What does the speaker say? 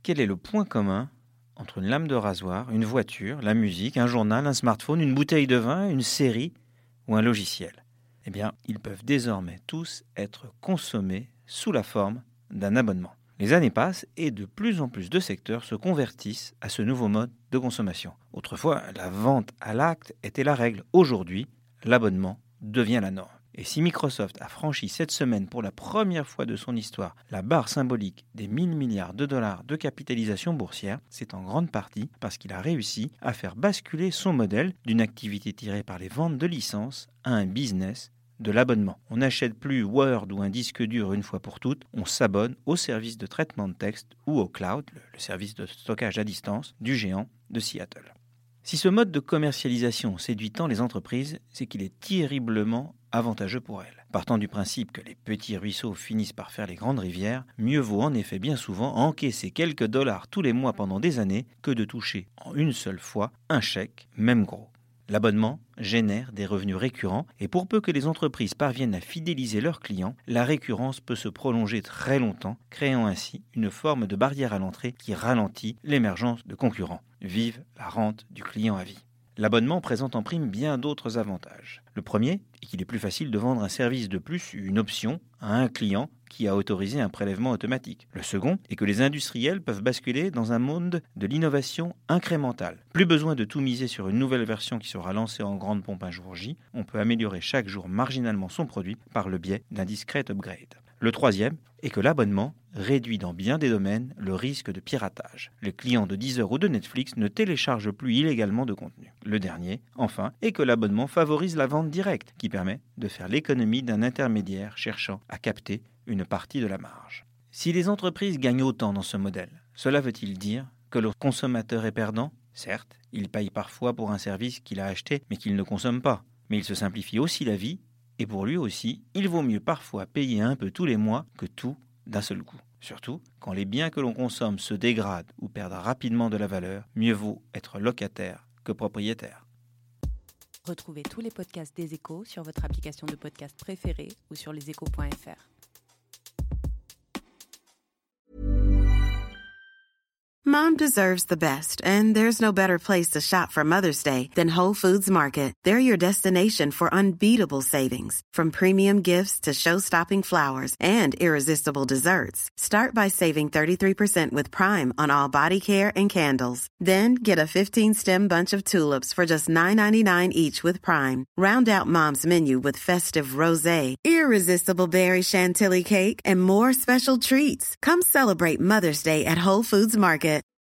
Quel est le point commun entre une lame de rasoir, une voiture, la musique, un journal, un smartphone, une bouteille de vin, une série ou un logiciel ? Eh bien, ils peuvent désormais tous être consommés sous la forme d'un abonnement. Les années passent et de plus en plus de secteurs se convertissent à ce nouveau mode de consommation. Autrefois, la vente à l'acte était la règle. Aujourd'hui, l'abonnement devient la norme. Et si Microsoft a franchi cette semaine pour la première fois de son histoire la barre symbolique des 1000 milliards de dollars de capitalisation boursière, c'est en grande partie parce qu'il a réussi à faire basculer son modèle d'une activité tirée par les ventes de licences à un business de l'abonnement. On n'achète plus Word ou un disque dur une fois pour toutes, on s'abonne au service de traitement de texte ou au cloud, le service de stockage à distance du géant de Seattle. Si ce mode de commercialisation séduit tant les entreprises, c'est qu'il est terriblement avantageux pour elles. Partant du principe que les petits ruisseaux finissent par faire les grandes rivières, mieux vaut en effet bien souvent encaisser quelques dollars tous les mois pendant des années que de toucher en une seule fois un chèque, même gros. L'abonnement génère des revenus récurrents et pour peu que les entreprises parviennent à fidéliser leurs clients, la récurrence peut se prolonger très longtemps, créant ainsi une forme de barrière à l'entrée qui ralentit l'émergence de concurrents. Vive la rente du client à vie. L'abonnement présente en prime bien d'autres avantages. Le premier est qu'il est plus facile de vendre un service de plus, une option, à un client qui a autorisé un prélèvement automatique. Le second est que les industriels peuvent basculer dans un monde de l'innovation incrémentale. Plus besoin de tout miser sur une nouvelle version qui sera lancée en grande pompe un jour J, on peut améliorer chaque jour marginalement son produit par le biais d'un discret upgrade. Le troisième est que l'abonnement réduit dans bien des domaines le risque de piratage. Les clients de Deezer ou de Netflix ne téléchargent plus illégalement de contenu. Le dernier, enfin, est que l'abonnement favorise la vente directe, qui permet de faire l'économie d'un intermédiaire cherchant à capter une partie de la marge. Si les entreprises gagnent autant dans ce modèle, cela veut-il dire que le consommateur est perdant ? Certes, il paye parfois pour un service qu'il a acheté mais qu'il ne consomme pas. Mais il se simplifie aussi la vie et pour lui aussi, il vaut mieux parfois payer un peu tous les mois que tout d'un seul coup. Surtout, quand les biens que l'on consomme se dégradent ou perdent rapidement de la valeur, mieux vaut être locataire que propriétaire. Retrouvez tous les podcasts des Échos sur votre application de podcast préférée ou sur leséchos.fr. Mom deserves the best, and there's no better place to shop for Mother's Day than Whole Foods Market. They're your destination for unbeatable savings, from premium gifts to show-stopping flowers and irresistible desserts. Start by saving 33% with Prime on all body care and candles. Then get a 15-stem bunch of tulips for just $9.99 each with Prime. Round out Mom's menu with festive rosé, irresistible berry chantilly cake, and more special treats. Come celebrate Mother's Day at Whole Foods Market.